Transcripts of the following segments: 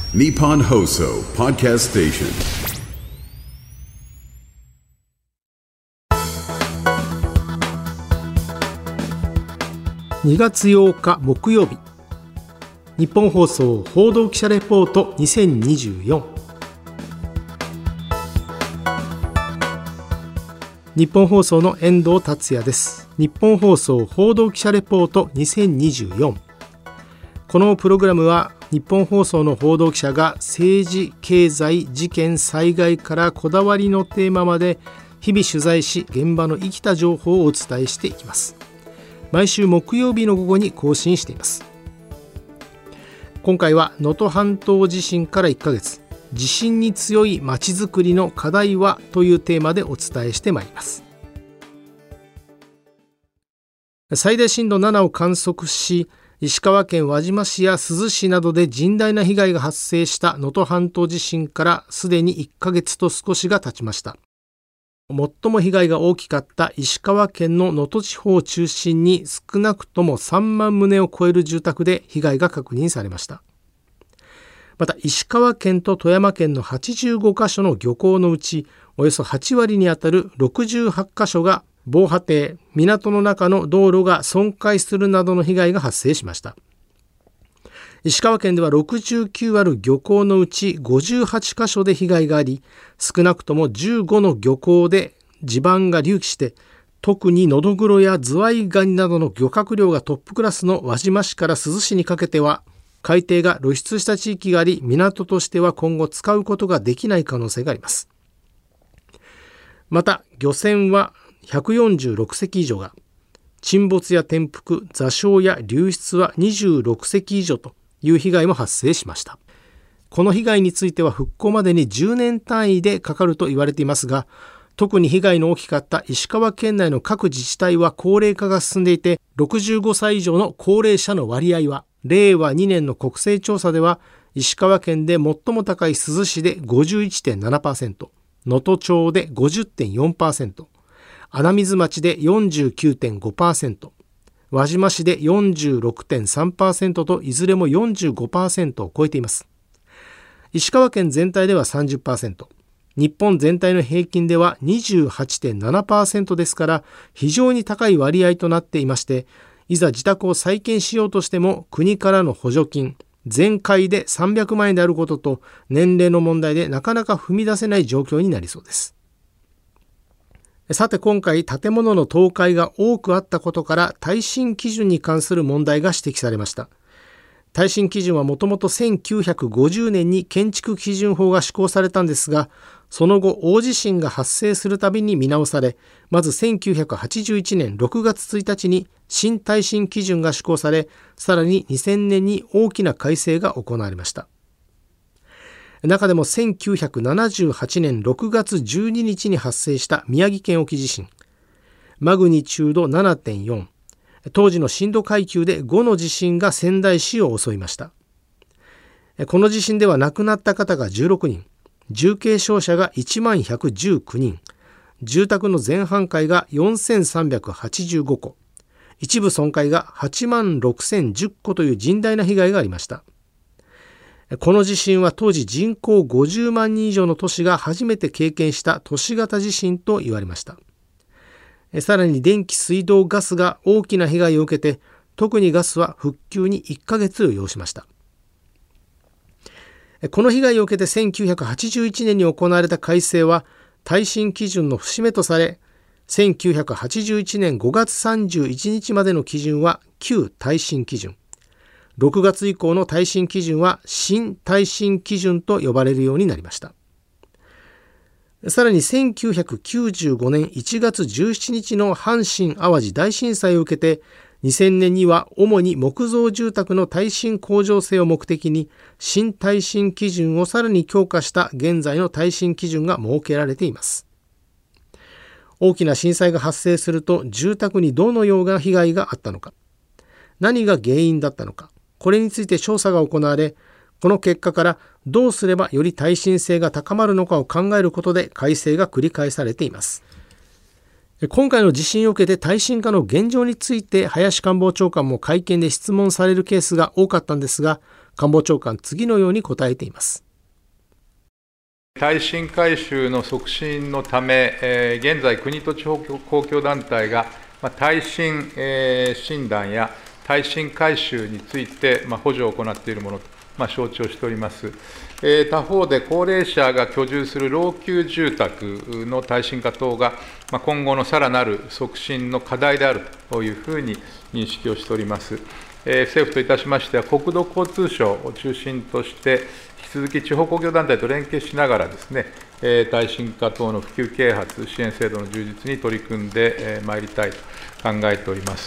Nippon Hoso Podcast Station。 2月8日木曜日、日本放送報道記者レポート2024。日本放送の遠藤達也です。日本放送報道記者レポート2024。このプログラムは日本放送の報道記者が政治、経済、事件、災害からこだわりのテーマまで日々取材し、現場の生きた情報をお伝えしていきます。毎週木曜日の午後に更新しています。今回は能登半島地震から1ヶ月、地震に強いまちづくりの課題はというテーマでお伝えしてまいります。最大震度7を観測し、石川県輪島市や珠洲市などで甚大な被害が発生した能登半島地震からすでに1ヶ月と少しが経ちました。最も被害が大きかった石川県の能登地方を中心に少なくとも3万棟を超える住宅で被害が確認されました。また石川県と富山県の85カ所の漁港のうちおよそ8割にあたる68カ所が防波堤、港の中の道路が損壊するなどの被害が発生しました。石川県では69ある漁港のうち58カ所で被害があり、少なくとも15の漁港で地盤が隆起して、特にノドグロやズワイガニなどの漁獲量がトップクラスの輪島市から珠洲市にかけては、海底が露出した地域があり、港としては今後使うことができない可能性があります。また、漁船は146隻以上が、沈没や転覆、座礁や流出は26隻以上という被害も発生しました。この被害については復興までに10年単位でかかると言われていますが、特に被害の大きかった石川県内の各自治体は高齢化が進んでいて、65歳以上の高齢者の割合は、令和2年の国勢調査では、石川県で最も高い珠洲市で 51.7%、能登町で 50.4%、穴水町で 49.5%、輪島市で 46.3% といずれも 45% を超えています。石川県全体では 30%、日本全体の平均では 28.7% ですから、非常に高い割合となっていまして、いざ自宅を再建しようとしても国からの補助金、全壊で300万円であることと年齢の問題でなかなか踏み出せない状況になりそうです。さて今回建物の倒壊が多くあったことから耐震基準に関する問題が指摘されました。耐震基準はもともと1950年に建築基準法が施行されたんですが、その後大地震が発生するたびに見直され、まず1981年6月1日に新耐震基準が施行され、さらに2000年に大きな改正が行われました。中でも1978年6月12日に発生した宮城県沖地震、マグニチュード 7.4、当時の震度階級で5の地震が仙台市を襲いました。この地震では亡くなった方が16人、重軽傷者が1119人、住宅の全半壊が4385戸、一部損壊が8万6010戸という甚大な被害がありました。この地震は当時人口50万人以上の都市が初めて経験した都市型地震と言われました。さらに電気、水道、ガスが大きな被害を受けて、特にガスは復旧に1ヶ月を要しました。この被害を受けて1981年に行われた改正は耐震基準の節目とされ、1981年5月31日までの基準は旧耐震基準、6月以降の耐震基準は新耐震基準と呼ばれるようになりました。さらに1995年1月17日の阪神・淡路大震災を受けて、2000年には主に木造住宅の耐震向上性を目的に新耐震基準をさらに強化した現在の耐震基準が設けられています。大きな震災が発生すると住宅にどのような被害があったのか、何が原因だったのか、これについて調査が行われ、この結果からどうすればより耐震性が高まるのかを考えることで改正が繰り返されています。今回の地震を受けて耐震化の現状について林官房長官も会見で質問されるケースが多かったんですが、 官房長官次のように答えています。 耐震改修の促進のため、現在、国と地方公共団体が耐震診断や耐震改修について補助を行っているものと承知をしております。他方で、高齢者が居住する老朽住宅の耐震化等が今後のさらなる促進の課題であるというふうに認識をしております。政府といたしましては、国土交通省を中心として、引き続き地方公共団体と連携しながらですね、耐震化等の普及啓発、支援制度の充実に取り組んでまいりたいと考えております。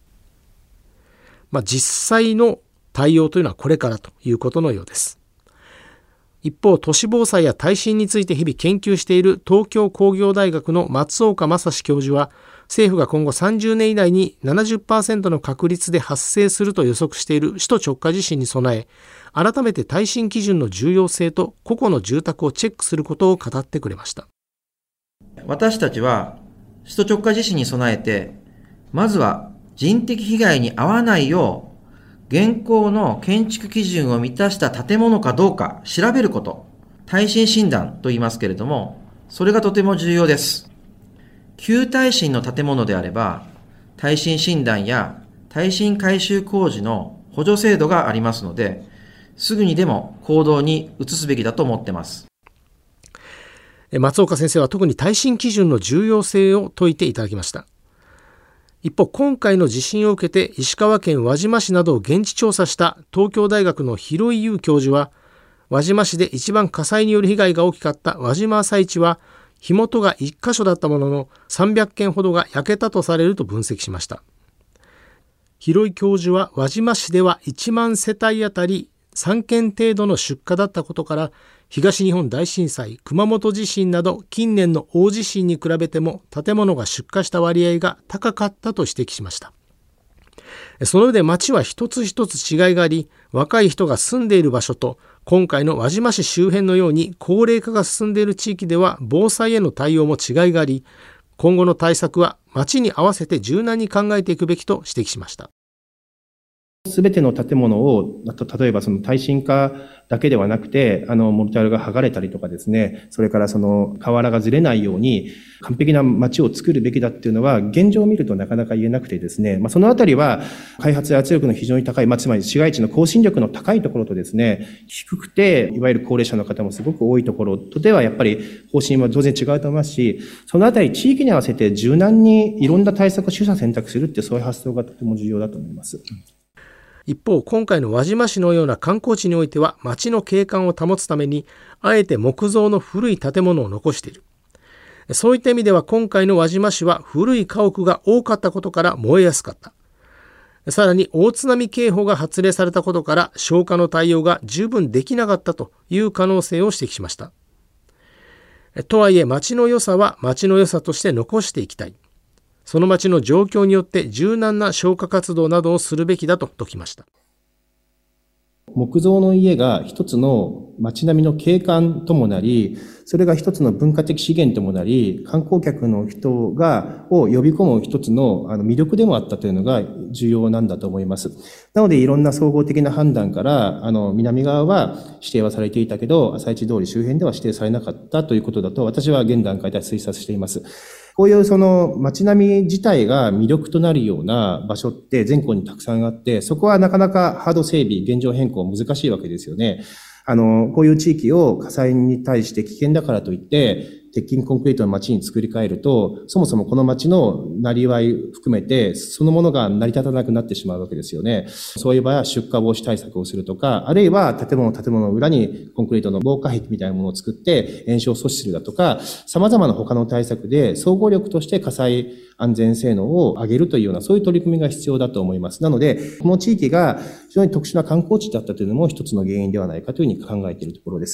実際の対応というのはこれからということのようです。一方、都市防災や耐震について日々研究している東京工業大学の松岡正史教授は、政府が今後30年以内に 70% の確率で発生すると予測している首都直下地震に備え、改めて耐震基準の重要性と個々の住宅をチェックすることを語ってくれました。 私たちは首都直下地震に備えて、まずは人的被害に遭わないよう、現行の建築基準を満たした建物かどうか調べること、耐震診断と言いますけれども、それがとても重要です。旧耐震の建物であれば、耐震診断や耐震改修工事の補助制度がありますので、すぐにでも行動に移すべきだと思っています。 松岡先生は特に耐震基準の重要性を説いていただきました。一方、今回の地震を受けて石川県輪島市などを現地調査した東京大学の広井優教授は、輪島市で一番火災による被害が大きかった輪島朝市は、火元が1箇所だったものの300件ほどが焼けたとされると分析しました。広井教授は、輪島市では1万世帯あたり3件程度の出火だったことから、東日本大震災、熊本地震など近年の大地震に比べても建物が出火した割合が高かったと指摘しました。その上で町は一つ一つ違いがあり、若い人が住んでいる場所と今回の輪島市周辺のように高齢化が進んでいる地域では防災への対応も違いがあり、今後の対策は町に合わせて柔軟に考えていくべきと指摘しました。 すべての建物を、例えばその耐震化だけではなくて、モルタルが剥がれたりとかですね、それからその瓦がずれないように完璧な街を作るべきだっていうのは、現状を見るとなかなか言えなくてですね、そのあたりは開発圧力の非常に高い、つまり市街地の更新力の高いところとですね、低くて、いわゆる高齢者の方もすごく多いところとではやっぱり方針は当然違うと思いますし、そのあたり地域に合わせて柔軟にいろんな対策を取捨選択するってそういう発想がとても重要だと思います。 一方、今回の輪島市のような観光地においては、街の景観を保つためにあえて木造の古い建物を残している。そういった意味では、今回の輪島市は古い家屋が多かったことから燃えやすかった。さらに大津波警報が発令されたことから消火の対応が十分できなかったという可能性を指摘しました。とはいえ、街の良さは街の良さとして残していきたい。その町の状況によって柔軟な消火活動などをするべきだと説きました。 木造の家が一つの街並みの景観ともなり、それが一つの文化的資源ともなり、観光客の人を呼び込む一つの魅力でもあったというのが重要なんだと思います。なのでいろんな総合的な判断から、南側は指定はされていたけど、朝市通り周辺では指定されなかったということだと、私は現段階では推察しています。こういうその街並み自体が魅力となるような場所って全国にたくさんあって、そこはなかなかハード整備、現状変更難しいわけですよね。こういう地域を火災に対して危険だからといって、鉄筋コンクリートの街に作り変えると、そもそもこの街のなりわい含めて、そのものが成り立たなくなってしまうわけですよね。そういう場合は出火防止対策をするとか、あるいは建物の裏にコンクリートの防火壁みたいなものを作って延焼阻止するだとか、様々な他の対策で総合力として火災安全性能を上げるというような、そういう取り組みが必要だと思います。なので、この地域が非常に特殊な観光地だったというのも一つの原因ではないかというふうに考えているところです。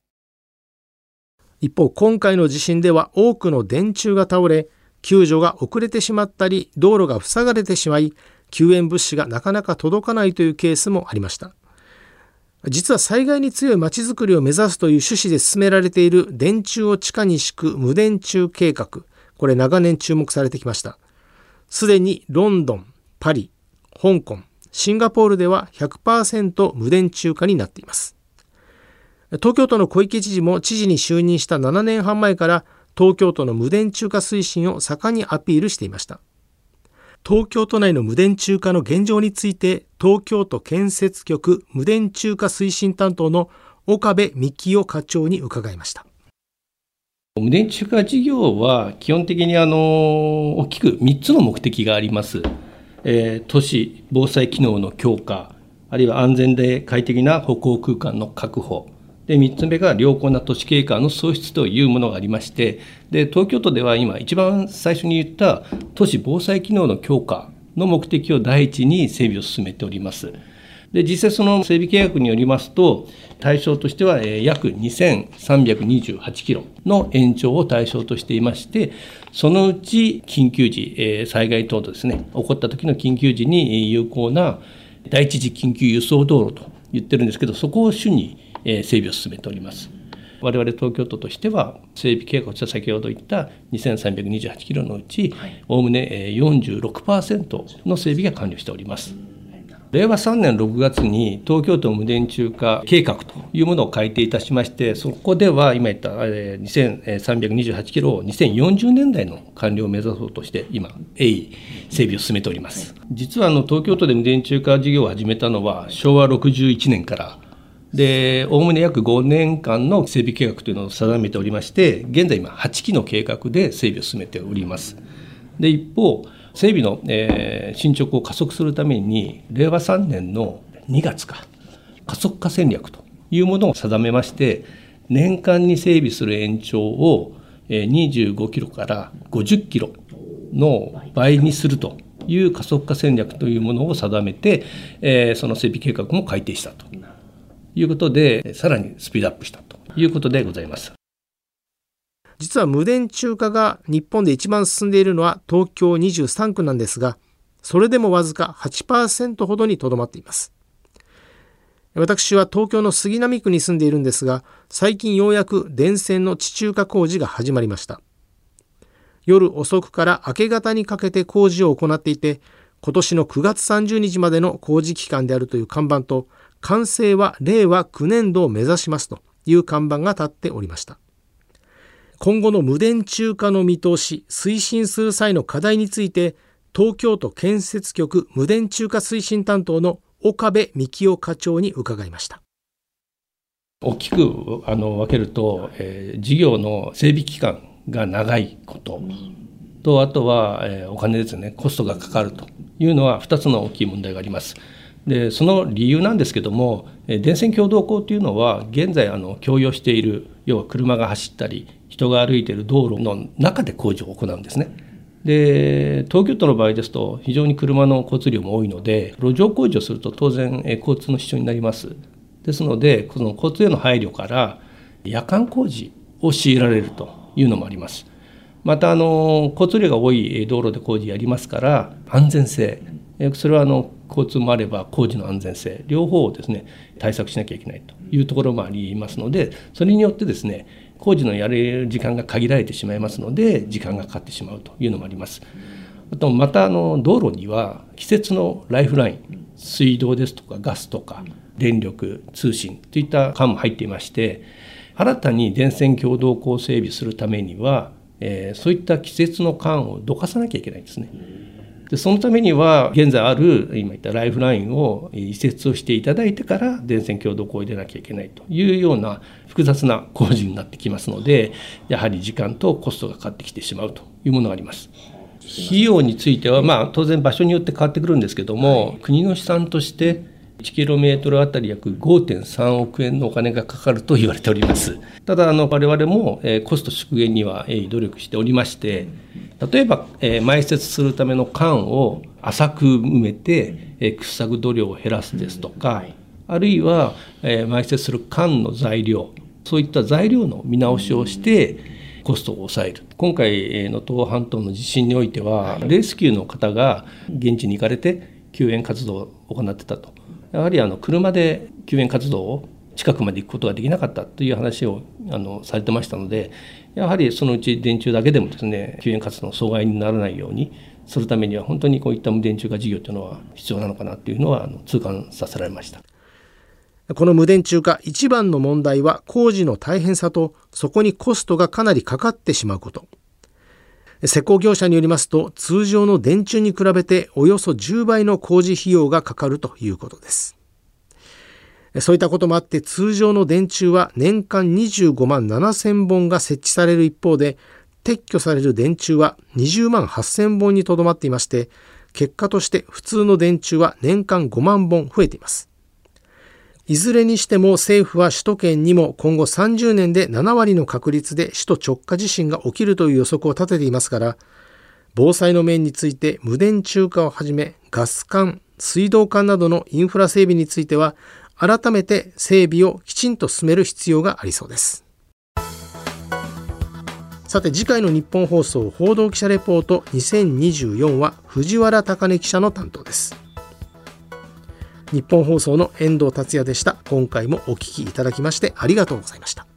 一方、今回の地震では多くの電柱が倒れ、救助が遅れてしまったり、道路が塞がれてしまい、救援物資がなかなか届かないというケースもありました。実は災害に強い街づくりを目指すという趣旨で進められている電柱を地下に敷く無電柱計画、これ長年注目されてきました。すでにロンドン、パリ、香港、 シンガポールでは 100% 無電柱化になっています。東京都の小池知事も知事に就任した7年半前から東京都の無電柱化推進を盛んにアピールしていました。東京都内の無電柱化の現状について、東京都建設局無電柱化推進担当の岡部幹夫課長に伺いました。 無電柱化事業は基本的に大きく3つの目的があります。都市防災機能の強化、あるいは安全で快適な歩行空間の確保、で3つ目が良好な都市景観の創出というものがありまして、で東京都では今一番最初に言った都市防災機能の強化の目的を第一に整備を進めております。で実際その整備計画によりますと、対象としては約2328キロの延長を対象としていまして、そのうち緊急時、災害等々ですね、起こった時の緊急時に有効な第一次緊急輸送道路と言ってるんですけど、そこを主に整備を進めております。我々東京都としては整備計画としては先ほど言った2328キロのうちおおむね 46% の整備が完了しております。令和3年6月に東京都無電柱化計画というものを改定いたしまして、そこでは今言った2328キロを2040年代の完了を目指そうとして今整備を進めております。実は東京都で無電柱化事業を始めたのは昭和61年からで、おおむね約5年間の整備計画というのを定めておりまして、現在今8期の計画で整備を進めております。で一方整備の、進捗を加速するために令和3年の2月か加速化戦略というものを定めまして、年間に整備する延長を25キロから50キロの倍にするという加速化戦略というものを定めて、その整備計画も改定したということで、さらにスピードアップしたということでございます。 実は無電柱化が日本で一番進んでいるのは東京23区なんですが、それでもわずか 8% ほどにとどまっています。私は東京の杉並区に住んでいるんですが、最近ようやく電線の地中化工事が始まりました。夜遅くから明け方にかけて工事を行っていて、今年の9月30日までの工事期間であるという看板と、完成は令和9年度を目指しますという看板が立っておりました。今後の無電柱化の見通し、推進する際の課題について、東京都建設局無電柱化推進担当の岡部幹夫課長に伺いました。 大きく分けると、事業の整備期間が長いことと、あとはお金ですね、コストがかかるというのは2つの大きい問題があります。でその理由なんですけども、電線共同工というのは現在共用している、要は車が走ったり人が歩いている道路の中で工事を行うんですね。で東京都の場合ですと非常に車の交通量も多いので、路上工事をすると当然交通の支障になります。ですのでこの交通への配慮から夜間工事を強いられるというのもあります。また交通量が多い道路で工事やりますから安全性、それは交通もあれば工事の安全性両方をですね対策しなきゃいけないというところもありますので、それによってですね工事のやれる時間が限られてしまいますので時間がかかってしまうというのもあります。あとまた道路には季節のライフライン、水道ですとかガスとか電力通信といった管も入っていまして、新たに電線共同工整備するためには、そういった季節の管をどかさなきゃいけないんですね。でそのためには現在ある今言ったライフラインを移設をしていただいてから電線共同工を入れなきゃいけないというような複雑な工事になってきますので、やはり時間とコストがかかってきてしまうというものがあります。費用については、当然場所によって変わってくるんですけども、国の試算として1km あたり約 5.3 億円のお金がかかると言われております。ただ我々もコスト縮減には努力しておりまして、例えば埋設するための管を浅く埋めて掘削土壌を減らすですとか、あるいは埋設する管の材料、そういった材料の見直しをしてコストを抑える。今回の能登半島の地震においてはレスキューの方が現地に行かれて救援活動を行ってたと。やはり車で救援活動を近くまで行くことができなかったという話をされてましたので、やはりそのうち電柱だけでもですね救援活動の阻害にならないようにするためには本当にこういった無電柱化事業というのは必要なのかなというのは痛感させられました。 この無電柱化、一番の問題は工事の大変さと、そこにコストがかなりかかってしまうこと。施工業者によりますと、通常の電柱に比べておよそ10倍の工事費用がかかるということです。そういったこともあって、通常の電柱は年間25万7000本が設置される一方で、撤去される電柱は20万8000本にとどまっていまして、結果として普通の電柱は年間5万本増えています。いずれにしても政府は首都圏にも今後30年で7割の確率で首都直下地震が起きるという予測を立てていますから、防災の面について無電柱化をはじめガス管、水道管などのインフラ整備については改めて整備をきちんと進める必要がありそうです。さて、次回の日本放送報道記者レポート2024は藤原貴根記者の担当です。日本放送の遠藤達也でした。今回もお聞きいただきましてありがとうございました。